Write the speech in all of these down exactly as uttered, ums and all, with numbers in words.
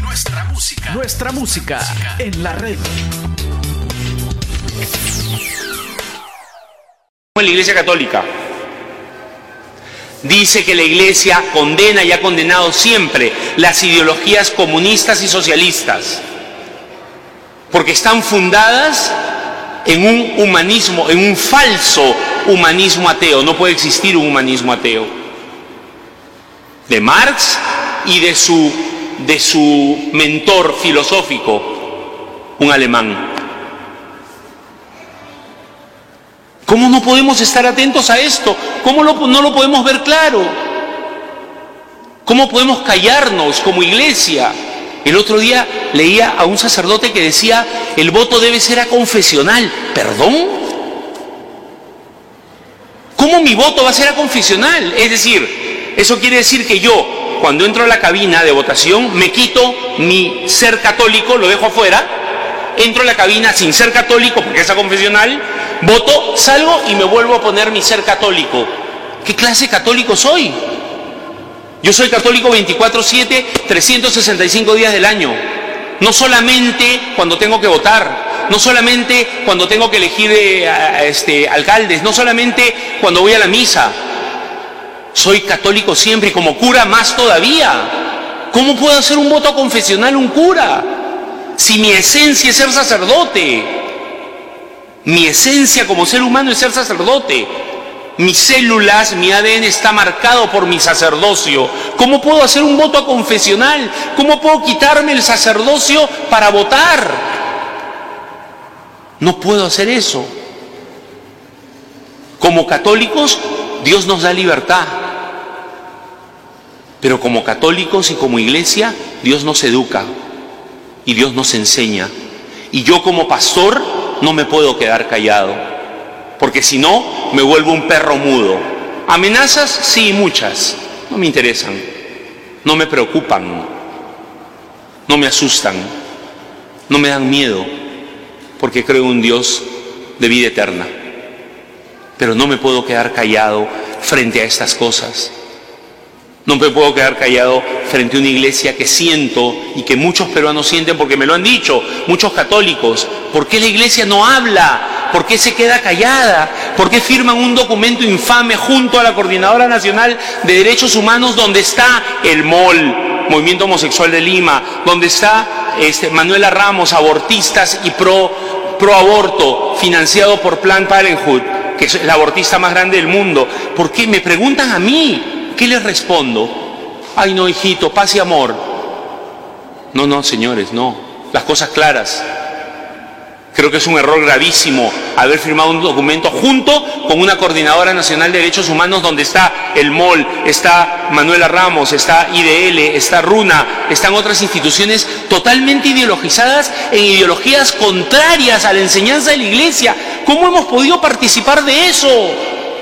Nuestra música. Nuestra música en la red. La Iglesia Católica dice que la Iglesia condena y ha condenado siempre las ideologías comunistas y socialistas, porque están fundadas en un humanismo, en un falso humanismo ateo. No puede existir un humanismo ateo. De Marx y de su, de su mentor filosófico, un alemán. ¿Cómo no podemos estar atentos a esto? ¿Cómo lo, no lo podemos ver claro? ¿Cómo podemos callarnos como iglesia? El otro día leía a un sacerdote que decía, el voto debe ser aconfesional. ¿Perdón? ¿Cómo mi voto va a ser aconfesional? Es decir, eso quiere decir que yo, cuando entro a la cabina de votación, me quito mi ser católico, lo dejo afuera, entro a la cabina sin ser católico porque es aconfesional, voto, salgo y me vuelvo a poner mi ser católico. ¿Qué clase de católico soy? Yo soy católico veinticuatro siete, trescientos sesenta y cinco días del año. No solamente cuando tengo que votar, no solamente cuando tengo que elegir eh, este, alcaldes, no solamente cuando voy a la misa. Soy católico siempre y como cura más todavía. ¿Cómo puedo hacer un voto confesional un cura? Si mi esencia es ser sacerdote. Mi esencia como ser humano es ser sacerdote. Mis células, mi A D N está marcado por mi sacerdocio. ¿Cómo puedo hacer un voto confesional? ¿Cómo puedo quitarme el sacerdocio para votar? No puedo hacer eso. Como católicos, Dios nos da libertad. Pero como católicos y como iglesia, Dios nos educa y Dios nos enseña. Y yo como pastor no me puedo quedar callado, porque si no, me vuelvo un perro mudo. Amenazas, sí, muchas. No me interesan, no me preocupan, no me asustan, no me dan miedo, porque creo en un Dios de vida eterna. Pero no me puedo quedar callado frente a estas cosas. No me puedo quedar callado frente a una iglesia que siento y que muchos peruanos sienten, porque me lo han dicho, muchos católicos. ¿Por qué la iglesia no habla? ¿Por qué se queda callada? ¿Por qué firman un documento infame junto a la Coordinadora Nacional de Derechos Humanos donde está el M O L, Movimiento Homosexual de Lima, donde está este, Manuela Ramos, abortistas y pro, pro aborto, financiado por Planned Parenthood, que es la abortista más grande del mundo? ¿Por qué? Me preguntan a mí. ¿Qué les respondo? Ay, no, hijito, paz y amor. No, no, señores, no. Las cosas claras. Creo que es un error gravísimo haber firmado un documento junto con una Coordinadora Nacional de Derechos Humanos donde está el M O L, está Manuela Ramos, está I D L, está RUNA, están otras instituciones totalmente ideologizadas en ideologías contrarias a la enseñanza de la iglesia. ¿Cómo hemos podido participar de eso?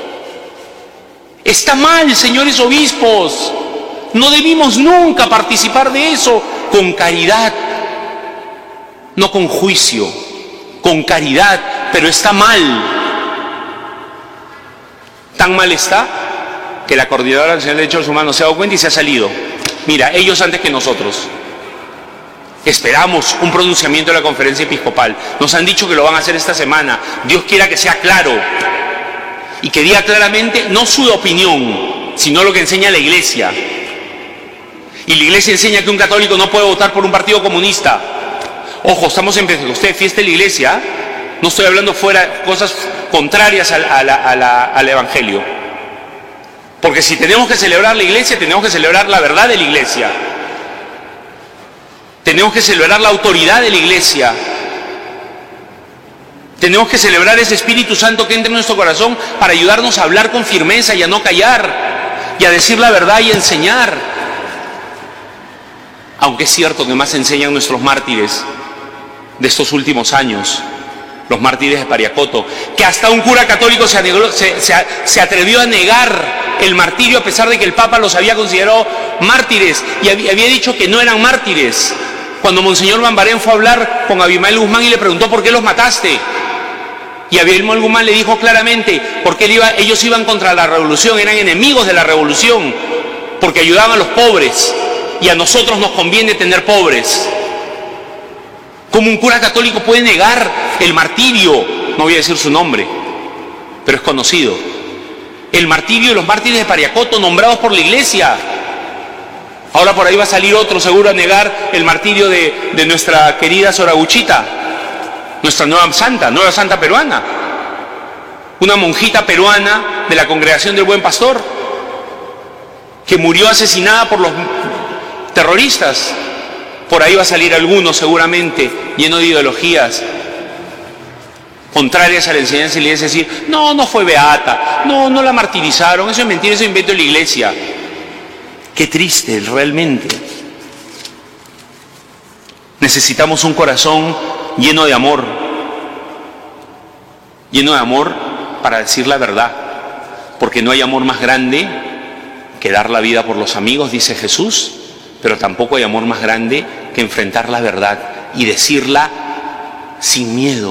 Está mal, señores obispos. No debimos nunca participar de eso. Con caridad, no con juicio, con caridad, pero está mal. Tan mal está que la Coordinadora Nacional de Derechos Humanos se ha dado cuenta y se ha salido. Mira, ellos antes que nosotros. Esperamos un pronunciamiento de la Conferencia Episcopal. Nos han dicho que lo van a hacer esta semana. Dios quiera que sea claro. Y que diga claramente no su opinión, sino lo que enseña la iglesia. Y la iglesia enseña que un católico no puede votar por un partido comunista. Ojo, estamos en Pentecostés, fiesta de la iglesia. No estoy hablando fuera cosas contrarias al, a la, a la, al evangelio. Porque si tenemos que celebrar la iglesia, tenemos que celebrar la verdad de la iglesia. Tenemos que celebrar la autoridad de la iglesia. Tenemos que celebrar ese Espíritu Santo que entra en nuestro corazón para ayudarnos a hablar con firmeza y a no callar, y a decir la verdad y a enseñar. Aunque es cierto que más enseñan nuestros mártires de estos últimos años, los mártires de Pariacoto, que hasta un cura católico se, anegó, se, se, se atrevió a negar el martirio a pesar de que el Papa los había considerado mártires y había, había dicho que no eran mártires. Cuando Monseñor Bambarén fue a hablar con Abimael Guzmán y le preguntó ¿por qué los mataste? Y Abimael Guzmán le dijo claramente, porque él iba, ellos iban contra la revolución, eran enemigos de la revolución, porque ayudaban a los pobres. y a nosotros nos conviene tener pobres. ¿Cómo un cura católico puede negar el martirio? No voy a decir su nombre, pero es conocido. El martirio de los mártires de Pariacoto, nombrados por la Iglesia. Ahora por ahí va a salir otro seguro a negar el martirio de, de nuestra querida Soraguchita, nuestra nueva santa, nueva santa peruana. Una monjita peruana de la Congregación del Buen Pastor, que murió asesinada por los terroristas. Por ahí va a salir alguno seguramente, lleno de ideologías contrarias a la enseñanza de la Iglesia, decir, no, no fue beata, no, no la martirizaron, eso es mentira, eso es invento de la Iglesia. Qué triste, realmente. Necesitamos un corazón lleno de amor, lleno de amor para decir la verdad, porque no hay amor más grande que dar la vida por los amigos, dice Jesús, pero tampoco hay amor más grande que enfrentar la verdad y decirla sin miedo.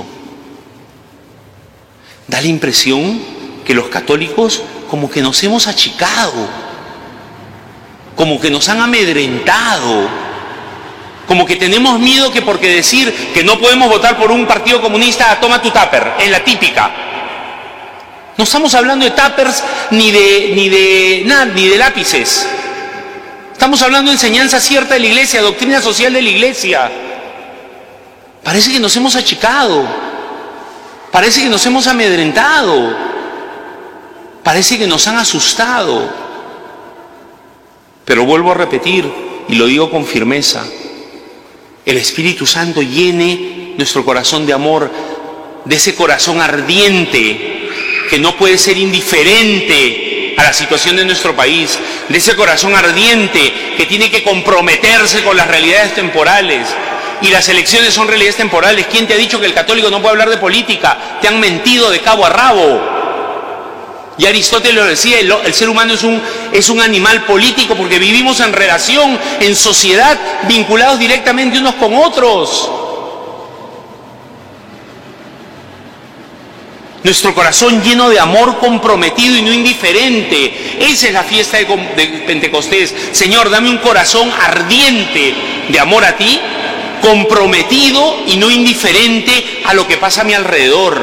Da la impresión que los católicos como que nos hemos achicado, como que nos han amedrentado, como que tenemos miedo que porque decir que no podemos votar por un partido comunista, toma tu tupper, es la típica. No estamos hablando de tuppers ni de, ni de nada, ni de lápices. Estamos hablando de enseñanza cierta de la Iglesia, doctrina social de la Iglesia. Parece que nos hemos achicado. Parece que nos hemos amedrentado. Parece que nos han asustado. Pero vuelvo a repetir, y lo digo con firmeza, el Espíritu Santo llene nuestro corazón de amor, de ese corazón ardiente que no puede ser indiferente a la situación de nuestro país, de ese corazón ardiente que tiene que comprometerse con las realidades temporales. Y las elecciones son realidades temporales. ¿Quién te ha dicho que el católico no puede hablar de política? Te han mentido de cabo a rabo. Y Aristóteles lo decía, el, el ser humano es un, es un animal político porque vivimos en relación, en sociedad, vinculados directamente unos con otros. Nuestro corazón lleno de amor comprometido y no indiferente. Esa es la fiesta de, de Pentecostés. Señor, dame un corazón ardiente de amor a ti, comprometido y no indiferente a lo que pasa a mi alrededor.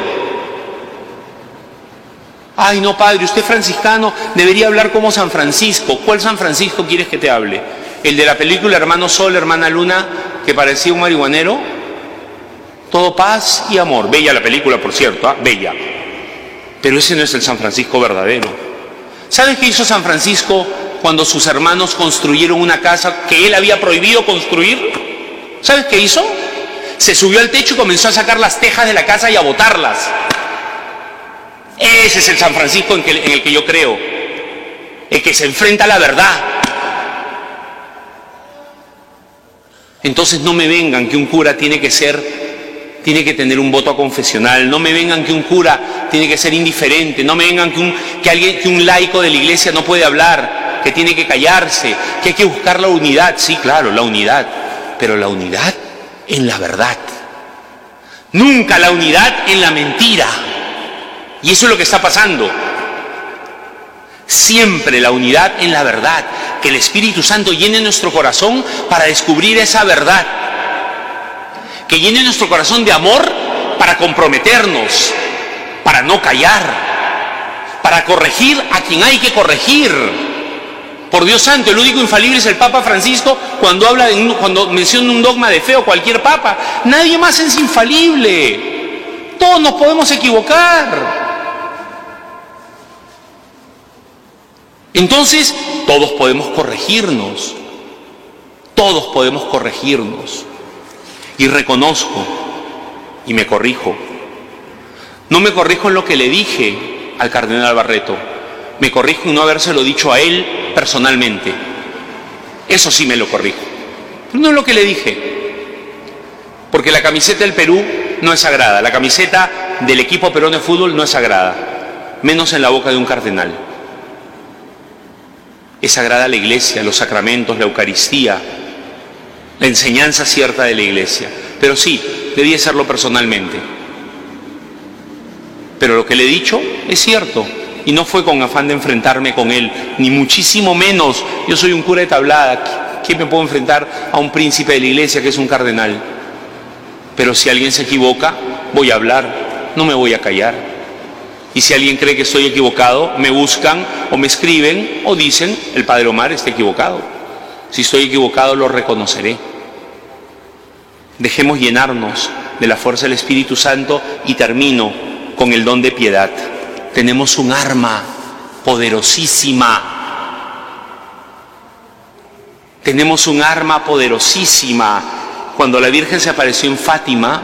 Ay, no, padre, usted franciscano, debería hablar como San Francisco. ¿Cuál San Francisco quieres que te hable? ¿El de la película Hermano Sol, Hermana Luna, que parecía un marihuanero? Todo paz y amor. Bella la película, por cierto, ¿eh? Bella. Pero ese no es el San Francisco verdadero. ¿Sabes qué hizo San Francisco cuando sus hermanos construyeron una casa que él había prohibido construir? ¿Sabes qué hizo? Se subió al techo y comenzó a sacar las tejas de la casa y a botarlas. Ese es el San Francisco en, que, en el que yo creo. El que se enfrenta a la verdad. Entonces no me vengan que un cura tiene que ser... tiene que tener un voto confesional, no me vengan que un cura tiene que ser indiferente, no me vengan que un, que alguien, que un laico de la Iglesia no puede hablar, que tiene que callarse, que hay que buscar la unidad. Sí, claro, la unidad, pero la unidad en la verdad, nunca la unidad en la mentira. Y eso es lo que está pasando. Siempre la unidad en la verdad, que el Espíritu Santo llene nuestro corazón para descubrir esa verdad. Que llene nuestro corazón de amor para comprometernos, para no callar, para corregir a quien hay que corregir. Por Dios santo, el único infalible es el Papa Francisco cuando habla de un, cuando menciona un dogma de fe o cualquier papa. Nadie más es infalible. Todos nos podemos equivocar. Entonces, todos podemos corregirnos. Todos podemos corregirnos. Y reconozco y me corrijo. No me corrijo en lo que le dije al cardenal Barreto, me corrijo en no habérselo dicho a él personalmente. Eso sí me lo corrijo. Pero no es lo que le dije. Porque la camiseta del Perú no es sagrada, la camiseta del equipo peruano de fútbol no es sagrada, menos en la boca de un cardenal. Es sagrada la Iglesia, los sacramentos, la Eucaristía, la enseñanza cierta de la Iglesia. Pero sí, debía hacerlo personalmente. Pero lo que le he dicho es cierto, y no fue con afán de enfrentarme con él, ni muchísimo menos. Yo soy un cura de tablada, ¿quién me puedo enfrentar a un príncipe de la iglesia que es un cardenal? Pero si alguien se equivoca, voy a hablar, no me voy a callar. Y si alguien cree que estoy equivocado, me buscan o me escriben o dicen, el padre Omar está equivocado. Si estoy equivocado, lo reconoceré. Dejemos llenarnos de la fuerza del Espíritu Santo y termino con el don de piedad. Tenemos un arma poderosísima. Tenemos un arma poderosísima. Cuando la Virgen se apareció en Fátima,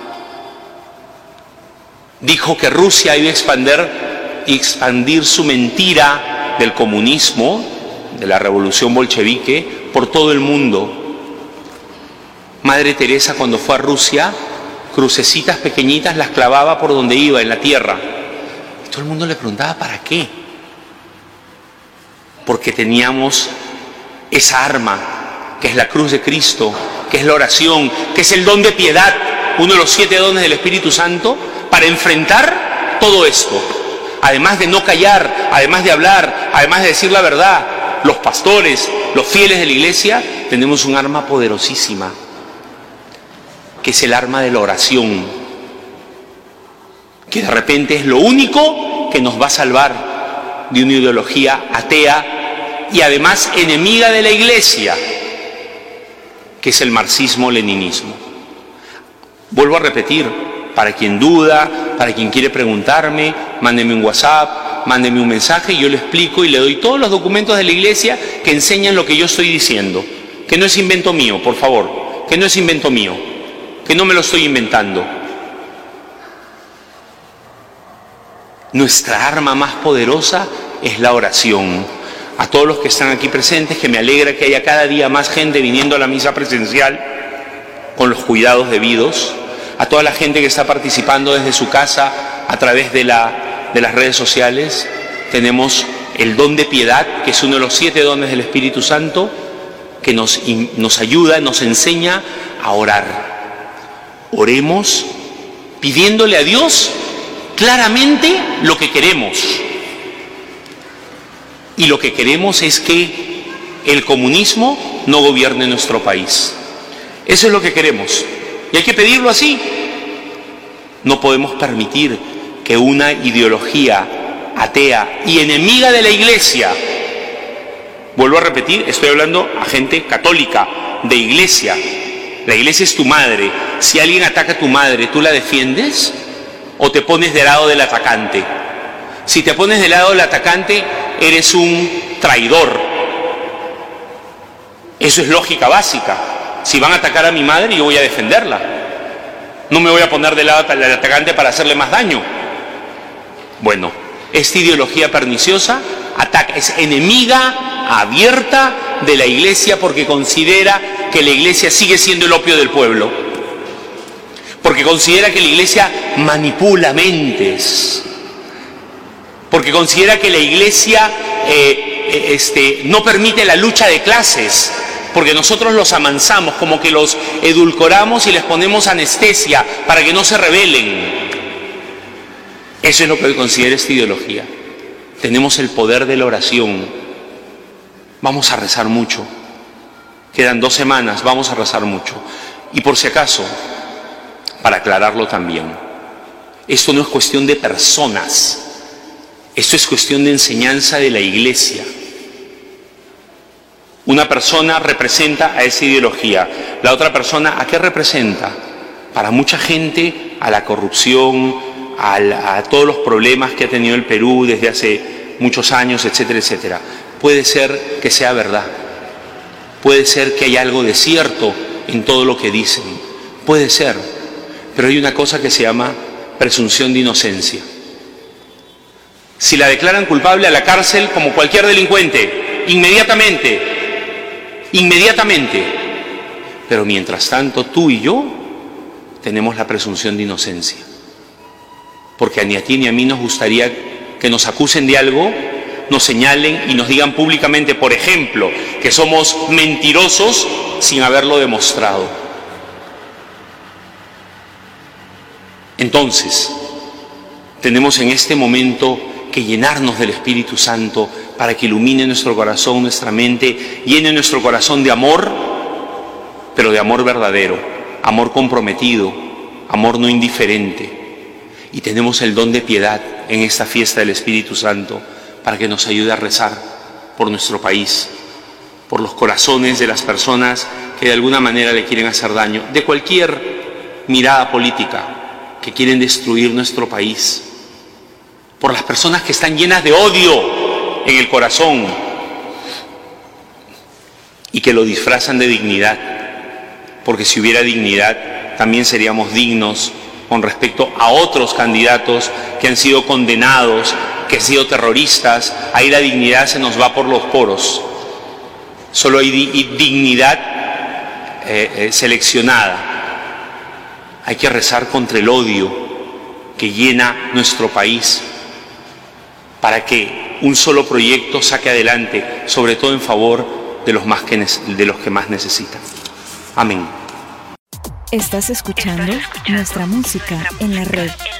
dijo que Rusia iba a expandir, expandir su mentira del comunismo, de la revolución bolchevique, por todo el mundo. Madre Teresa, cuando fue a Rusia, crucecitas pequeñitas las clavaba por donde iba, en la tierra. Y todo el mundo le preguntaba, ¿para qué? Porque teníamos esa arma, que es la cruz de Cristo, que es la oración, que es el don de piedad, uno de los siete dones del Espíritu Santo, para enfrentar todo esto. Además de no callar, además de hablar, además de decir la verdad, los pastores, los fieles de la iglesia, tenemos un arma poderosísima, que es el arma de la oración, que de repente es lo único que nos va a salvar de una ideología atea y además enemiga de la iglesia, que es el marxismo-leninismo. Vuelvo a repetir, para quien duda, para quien quiere preguntarme, mándeme un WhatsApp, mándeme un mensaje y yo le explico y le doy todos los documentos de la iglesia que enseñan lo que yo estoy diciendo, que no es invento mío, por favor, que no es invento mío, que no me lo estoy inventando. Nuestra arma más poderosa es la oración. A todos los que están aquí presentes, que me alegra que haya cada día más gente viniendo a la misa presencial con los cuidados debidos, a toda la gente que está participando desde su casa a través de, la, de las redes sociales. Tenemos el don de piedad, que es uno de los siete dones del Espíritu Santo, que nos, nos ayuda, nos enseña a orar. Oremos pidiéndole a Dios claramente lo que queremos. Y lo que queremos es que el comunismo no gobierne nuestro país. Eso es lo que queremos. Y hay que pedirlo así. No podemos permitir que una ideología atea y enemiga de la iglesia, vuelvo a repetir, estoy hablando a gente católica, de iglesia. La iglesia es tu madre. Si alguien ataca a tu madre, ¿tú la defiendes o te pones del lado del atacante? Si te pones del lado del atacante, eres un traidor. Eso es lógica básica. Si van a atacar a mi madre, yo voy a defenderla. No me voy a poner del lado del atacante para hacerle más daño. Bueno, esta ideología perniciosa ataca, es enemiga abierta de la iglesia porque considera que la iglesia sigue siendo el opio del pueblo. Porque considera que la iglesia manipula mentes. Porque considera que la iglesia eh, este, no permite la lucha de clases. Porque nosotros los amansamos, como que los edulcoramos y les ponemos anestesia para que no se rebelen. Eso es lo que considera esta ideología. Tenemos el poder de la oración. Vamos a rezar mucho. Quedan dos semanas, vamos a rezar mucho. Y por si acaso, para aclararlo también, esto no es cuestión de personas. Esto es cuestión de enseñanza de la iglesia. Una persona representa a esa ideología. La otra persona, ¿a qué representa? Para mucha gente, a la corrupción, a, la, a todos los problemas que ha tenido el Perú desde hace muchos años, etcétera, etcétera. Puede ser que sea verdad. Puede ser que haya algo de cierto en todo lo que dicen. Puede ser. Pero hay una cosa que se llama presunción de inocencia. Si la declaran culpable, a la cárcel como cualquier delincuente, inmediatamente. Inmediatamente. Pero mientras tanto, tú y yo tenemos la presunción de inocencia. Porque ni a ti ni a mí nos gustaría que nos acusen de algo, nos señalen y nos digan públicamente, por ejemplo, que somos mentirosos sin haberlo demostrado. Entonces, tenemos en este momento que llenarnos del Espíritu Santo para que ilumine nuestro corazón, nuestra mente, llene nuestro corazón de amor, pero de amor verdadero, amor comprometido, amor no indiferente. Y tenemos el don de piedad en esta fiesta del Espíritu Santo para que nos ayude a rezar por nuestro país, por los corazones de las personas que de alguna manera le quieren hacer daño, de cualquier mirada política, que quieren destruir nuestro país, por las personas que están llenas de odio en el corazón y que lo disfrazan de dignidad, porque si hubiera dignidad también seríamos dignos con respecto a otros candidatos que han sido condenados, que han sido terroristas. Ahí la dignidad se nos va por los poros. Solo hay di- dignidad eh, eh, seleccionada. Hay que rezar contra el odio que llena nuestro país para que un solo proyecto saque adelante, sobre todo en favor de los, más que, de los que más necesitan. Amén. Estás escuchando nuestra música en la red.